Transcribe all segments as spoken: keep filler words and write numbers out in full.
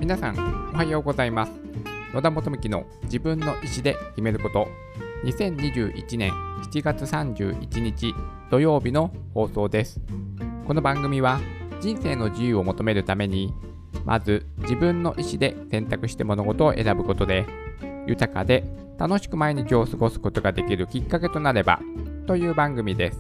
皆さんおはようございます。野田元幹の自分の意思で決めること、にせんにじゅういちねんしちがつさんじゅういちにち土曜日の放送です。この番組は人生の自由を求めるために、まず自分の意思で選択して物事を選ぶことで、豊かで楽しく毎日を過ごすことができるきっかけとなればという番組です。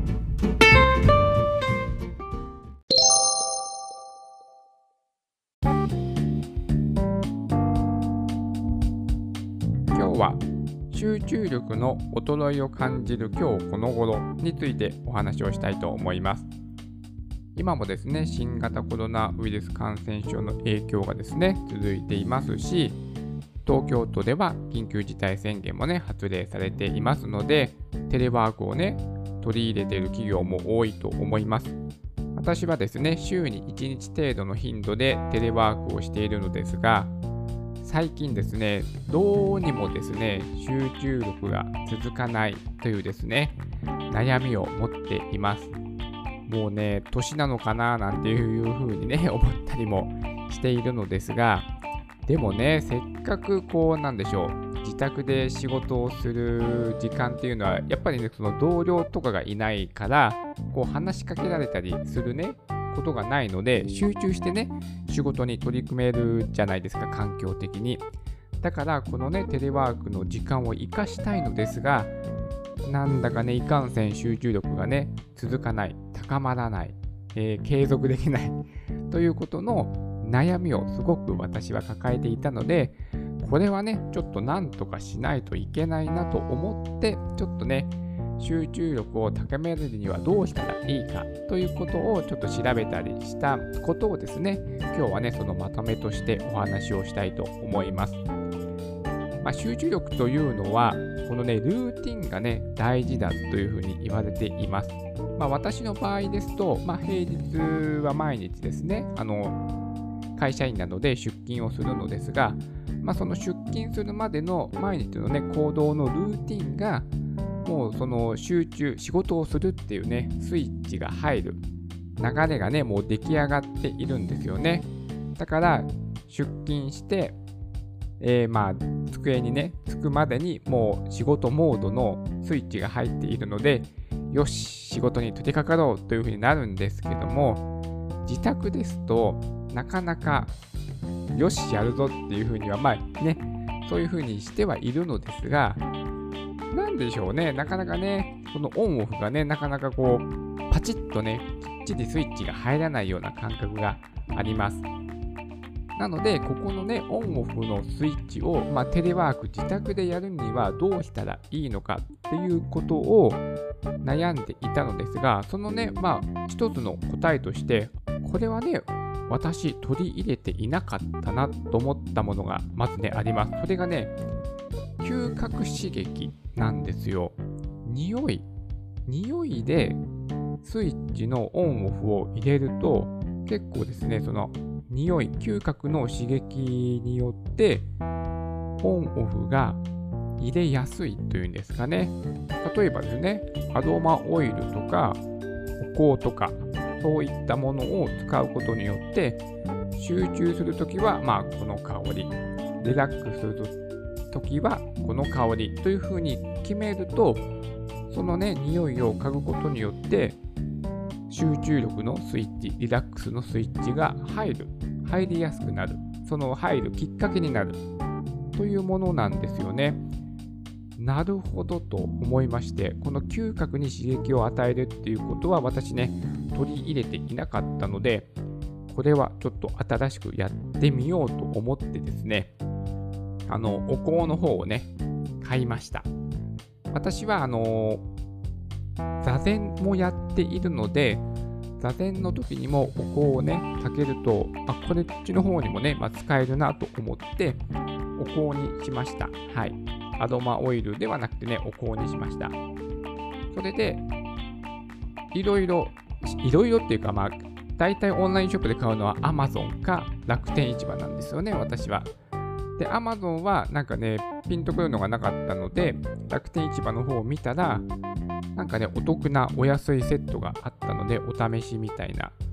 今日は集中力の衰えを感じる今日この頃についてお話をしたいと思います。今もですね、新型コロナウイルス感染症の影響がですね、続いていますし、東京都では緊急事態宣言もね、発令されていますので、テレワークをね、取り入れている企業も多いと思います。私はですね、週にいちにち程度の頻度でテレワークをしているのですが、最近ですね、どうにもですね、集中力が続かないというですね、悩みを持っています。もうね、年なのかななんていうふうにね、思ったりもしているのですが、でもね、せっかくこうなんでしょう、自宅で仕事をする時間っていうのは、やっぱりね、その同僚とかがいないから、こう話しかけられたりするね、ことがないので、集中してね、仕事に取り組めるじゃないですか、環境的に。だから、このね、テレワークの時間を生かしたいのですが、なんだかね、いかんせん集中力がね、続かない、高まらない、えー、継続できないということの悩みをすごく私は抱えていたので、これはね、ちょっとなんとかしないといけないなと思って、ちょっとね、集中力を高めるにはどうしたらいいかということをちょっと調べたりしたことをですね、今日はね、そのまとめとしてお話をしたいと思います。まあ、集中力というのは、このね、ルーティンがね、大事だというふうに言われています。まあ、私の場合ですと、まあ、平日は毎日ですね、あの、会社員なので出勤をするのですが、まあ、その出勤するまでの毎日のね、行動のルーティンが、もうその集中、仕事をするっていうね、スイッチが入る流れがね、もう出来上がっているんですよね。だから、出勤して、えー、まあ、机にね、着くまでにもう仕事モードのスイッチが入っているので、よし、仕事に取り掛かろうというふうになるんですけども、自宅ですと、なかなか、よし、やるぞっていうふうには、まあね、そういうふうにしてはいるのですが、なんでしょうね、なかなかね、このオンオフがね、なかなかこう、パチッとね、きっちりスイッチが入らないような感覚があります。なので、ここのね、オンオフのスイッチを、まあ、テレワーク、自宅でやるにはどうしたらいいのかっていうことを悩んでいたのですが、そのね、まあ、一つの答えとして、これはね、私取り入れていなかったなと思ったものがまずね、あります。それがね、嗅覚刺激なんですよ。匂い。匂いでスイッチのオンオフを入れると、結構ですね、その匂い、嗅覚の刺激によって、オンオフが入れやすいというんですかね。例えばですね、アロマオイルとか、お香とか、そういったものを使うことによって、集中するときは、まあ、この香り。リラックスするときは、この香りというふうに決めると、そのね、匂いを嗅ぐことによって、集中力のスイッチ、リラックスのスイッチが入る。入りやすくなる。その入るきっかけになる。というものなんですよね。なるほどと思いまして、この嗅覚に刺激を与えるっていうことは私ね、取り入れていなかったので、これはちょっと新しくやってみようと思ってですね、あの、お香の方をね、買いました。私はあの、座禅もやっているので、座禅の時にもお香をね、かけると、あ、これっちの方にもね、まあ、使えるなと思って、お香にしました。はい。アロマオイルではなくてね、お香にしました。それで、いろいろ、いろいろっていうか、まあ、大体オンラインショップで買うのは Amazon か楽天市場なんですよね、私は。で、Amazon はなんかね、ピンとくるのがなかったので、楽天市場の方を見たら、なんかね、お得なお安いセットがあったので、お試しみたいな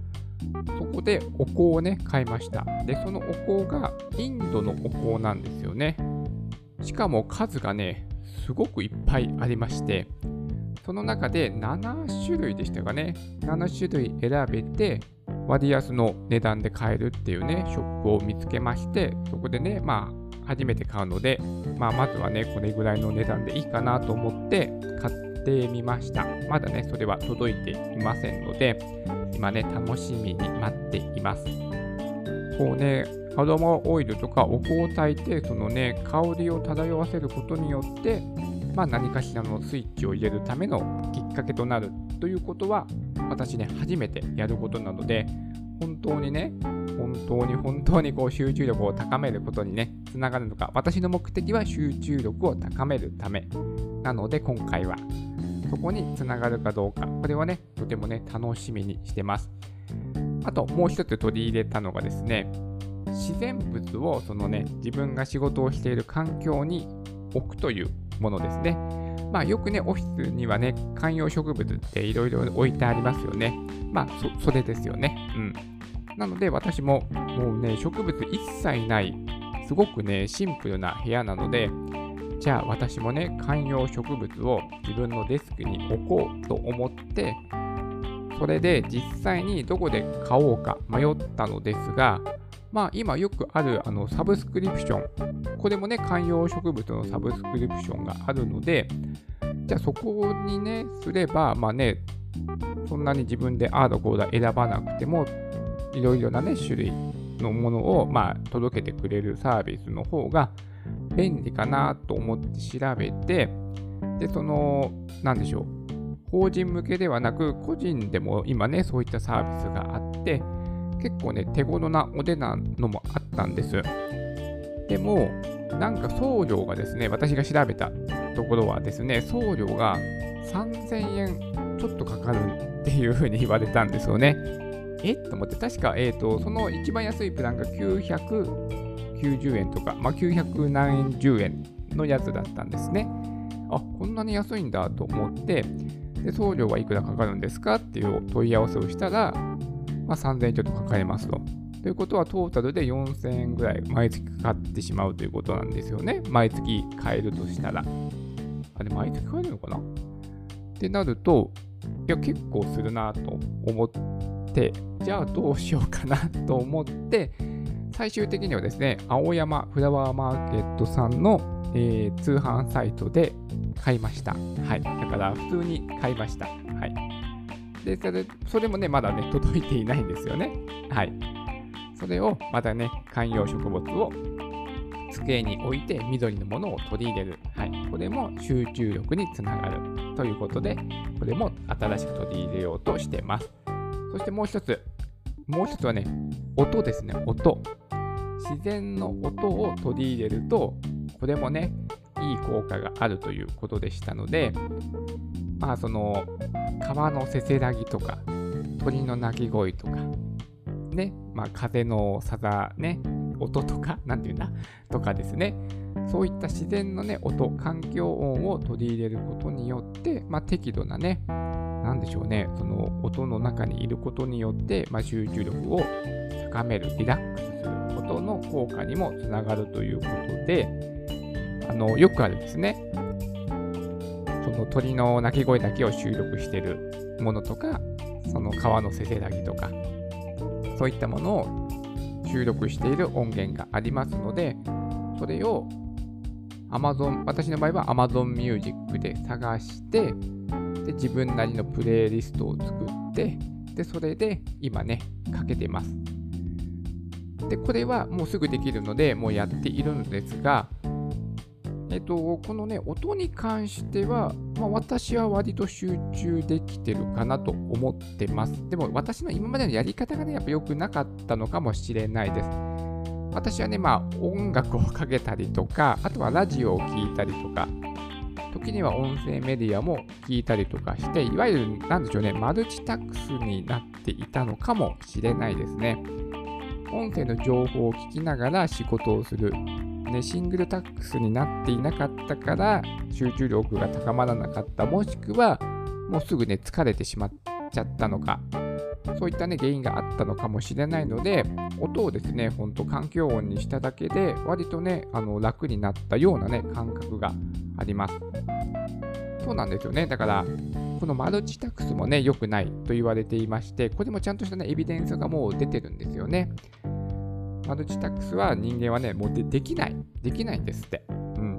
そこでお香をね、買いました。で、そのお香がインドのお香なんですよね。しかも数がね、すごくいっぱいありまして、その中でなな種類でしたかね。なな種類選べて、割安の値段で買えるっていうね、ショップを見つけまして、そこでね、まあ、初めて買うので、まあ、まずはね、これぐらいの値段でいいかなと思って買ってみました。まだね、それは届いていませんので、今ね、楽しみに待っています。こうね、アロマオイルとかお香を焚いて、そのね、香りを漂わせることによって、まあ、何かしらのスイッチを入れるためのきっかけとなるということは、私ね、初めてやることなので、本当にね、本当に本当にこう集中力を高めることにね、つながるのか、私の目的は集中力を高めるためなので、今回はそこにつながるかどうか、これはね、とてもね、楽しみにしてます。あともう一つ取り入れたのがですね、自然物をそのね、自分が仕事をしている環境に置くというものですね。まあよくね、オフィスにはね、観葉植物っていろいろ置いてありますよね。まあそ、それですよね。うん。なので私ももうね、植物一切ない、すごくね、シンプルな部屋なので、じゃあ私もね、観葉植物を自分のデスクに置こうと思って、それで実際にどこで買おうか迷ったのですが、まあ今よくあるあのサブスクリプション、これもね、観葉植物のサブスクリプションがあるので、じゃあそこにね、すれば、まあね、そんなに自分でああだこうだ選ばなくても、いろいろなね、種類のものを、まあ、届けてくれるサービスの方が便利かなと思って調べて、で、その、なんでしょう、法人向けではなく、個人でも今ね、そういったサービスがあって、結構ね、手頃なお値段のもあったんです。でも、なんか送料がですね、私が調べたところはですね、送料がさんぜんえんちょっとかかるっていうふうに言われたんですよね。えと思って、確か、えーと、その一番安いプランがきゅうひゃくきゅうじゅうえんとか、まあ、きゅうひゃく何十円のやつだったんですね。あ、こんなに安いんだと思って、で送料はいくらかかるんですかっていう問い合わせをしたら、まあ、さんぜんえんちょっとかかりますと。ということは、トータルでよんせんえんぐらい毎月かかってしまうということなんですよね。毎月買えるとしたら。あれ、毎月買えるのかなってなると、いや、結構するなと思って、じゃあどうしようかなと思って、最終的にはですね、青山フラワーマーケットさんの、えー、通販サイトで買いました。はい。だから普通に買いました。はい。で、それ、それもね、まだね、届いていないんですよね。はい。それをまたね、観葉植物を机に置いて緑のものを取り入れる。はい。これも集中力につながるということで、これも新しく取り入れようとしてます。そしてもう一つ、もう一つはね、音ですね、音。自然の音を取り入れると、これもね、いい効果があるということでしたので、まあその、川のせせらぎとか、鳥の鳴き声とか、ね、まあ風のさざね、音とか、なんていうんだ、とかですね、そういった自然のね、音、環境音を取り入れることによって、まあ適度なね、なんでしょうね、その音の中にいることによって、まあ、集中力を高める、リラックスすることの効果にもつながるということで、あのよくあるですね、その鳥の鳴き声だけを収録しているものとか、その川のせせらぎとか、そういったものを収録している音源がありますので、それを Amazon、私の場合は Amazon Music で探して、で自分なりのプレイリストを作って、でそれで今ね、かけてます。で、これはもうすぐできるので、もうやっているのですが、えっと、このね、音に関しては、まあ、私は割と集中できてるかなと思ってます。でも私の今までのやり方がね、やっぱ良くなかったのかもしれないです。私はね、まあ音楽をかけたりとか、あとはラジオを聞いたりとか、時には音声メディアも聞いたりとかして、いわゆるなんでしょうね、マルチタスクになっていたのかもしれないですね。音声の情報を聞きながら仕事をする。ね、シングルタックスになっていなかったから集中力が高まらなかった、もしくはもうすぐね疲れてしまっちゃったのか、 そういったね、原因があったのかもしれないので、音をですね、ほんと環境音にしただけで、割とね、あの楽になったようなね、感覚があります。そうなんですよね。だから、このマルチタスクもね、良くないと言われていまして、これもちゃんとしたね、エビデンスがもう出てるんですよね。マルチタスクは人間はね、もう で, できない。できないんですって。うん、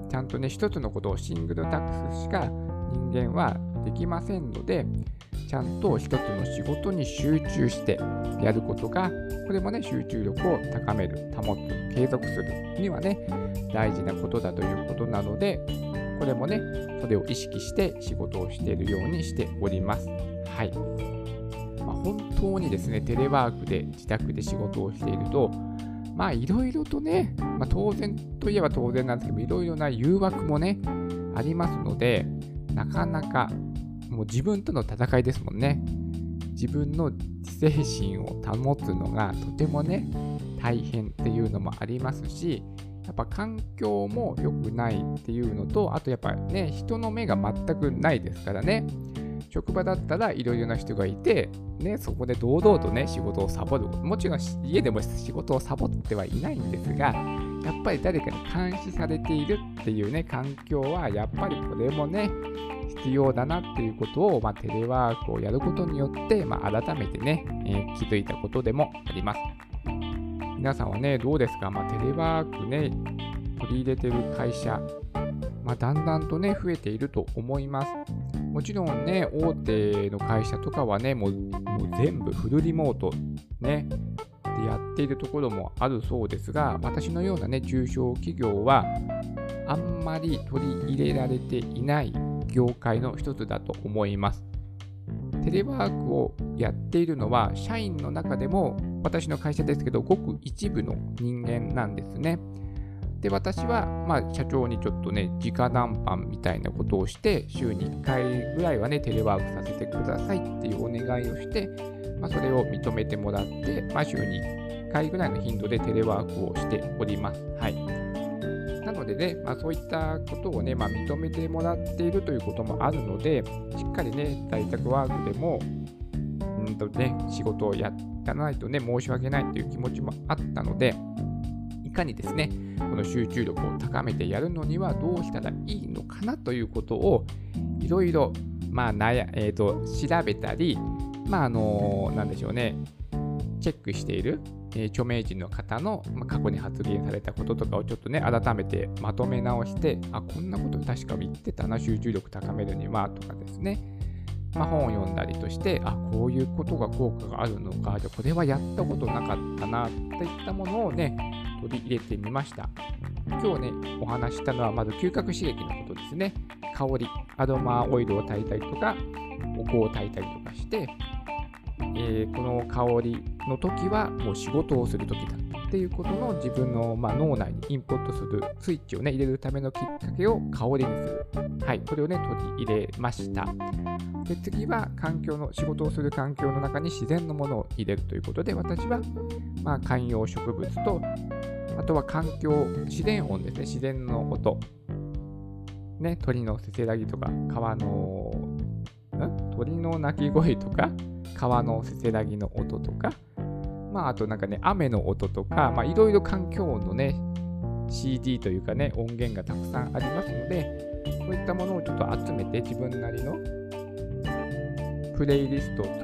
ちゃんとね、一つのことをシングルタスクしか人間はできませんので、ちゃんと一つの仕事に集中してやることが、これもね、集中力を高める、保つ、継続するにはね、大事なことだということなので、これもね、それを意識して仕事をしているようにしております。はい。まあ、本当にですね、テレワークで自宅で仕事をしていると、まあいろいろとね、まあ、当然といえば当然なんですけど、いろいろな誘惑もね、ありますので、なかなかもう自分との戦いですもんね。自分の自制心を保つのがとてもね、大変っていうのもありますし、やっぱ環境も良くないっていうのと、あとやっぱね、人の目が全くないですからね。職場だったらいろいろな人がいて、ね、そこで堂々とね、仕事をサボる。もちろん家でも仕事をサボってはいないんですが、やっぱり誰かに監視されているっていうね、環境はやっぱりこれもね、必要だなっていうことを、まあ、テレワークをやることによって、まあ、改めてね、えー、気づいたことでもあります。皆さんはね、どうですか？まあ、テレワークね、取り入れてる会社、まあ、だんだんとね、増えていると思います。もちろんね、大手の会社とかはね、もう、もう全部フルリモートね、でやっているところもあるそうですが、私のようなね、中小企業はあんまり取り入れられていない業界の一つだと思います。テレワークをやっているのは、社員の中でも、私の会社ですけど、ごく一部の人間なんですね。で、私は、まあ、社長にちょっとね、直談判みたいなことをして、週にいっかいぐらいはね、テレワークさせてくださいっていうお願いをして、まあ、それを認めてもらって、まあ、週にいっかいぐらいの頻度でテレワークをしております。はい。なのでね、まあ、そういったことをね、まあ、認めてもらっているということもあるので、しっかりね、在宅ワークでも、うんとね、仕事をやらないとね、申し訳ないという気持ちもあったので、いかにですね、この集中力を高めてやるのにはどうしたらいいのかなということをいろいろ、まあなやえー、と調べたり、まああのなんでしょうね、チェックしている、えー、著名人の方の、まあ、過去に発言されたこととかをちょっとね、改めてまとめ直して、あ、こんなこと確か言ってたな、集中力高めるにはとかですね、まあ、本を読んだりとして、あ、こういうことが効果があるのか、じゃこれはやったことなかったな、といったものをね、取り入れてみました。今日ね、お話ししたのは、まず嗅覚刺激のことですね。香り、アロマオイルを焚いたりとか、お香を焚いたりとかして、えー、この香りの時はもう仕事をする時だっていうことの自分の、まあ、脳内にインプットするスイッチをね、入れるためのきっかけを香りにする。はい、これをね、取り入れました。で、次は環境の、仕事をする環境の中に自然のものを入れるということで、私は、まあ、観葉植物と、あとは環境、自然音ですね、自然の音。ね、鳥のせせらぎとか、川の、ん鳥の鳴き声とか、川のせせらぎの音とか、まあ、あとなんかね、雨の音とか、まあ、いろいろ環境音のね、シーディー というかね、音源がたくさんありますので、そういったものをちょっと集めて、自分なりのプレイリストを作って、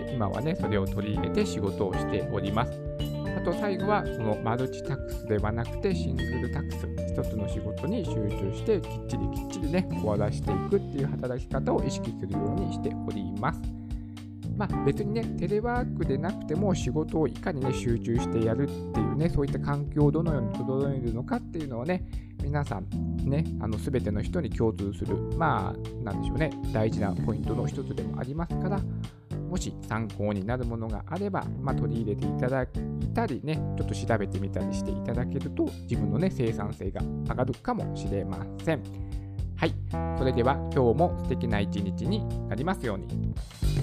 今はね、それを取り入れて仕事をしております。あと最後は、そのマルチタスクではなくて、シングルタスク、一つの仕事に集中して、きっちりきっちりね、終わらしていくっていう働き方を意識するようにしております。まあ、別にね、テレワークでなくても仕事をいかにね、集中してやるっていうね、そういった環境をどのように整えるのかっていうのをね、皆さんね、あの全ての人に共通する、まあ、なんでしょうね、大事なポイントの一つでもありますから、もし参考になるものがあれば、まあ、取り入れていただいたりね、ちょっと調べてみたりしていただけると、自分のね、生産性が上がるかもしれません。はい、それでは今日も素敵な一日になりますように。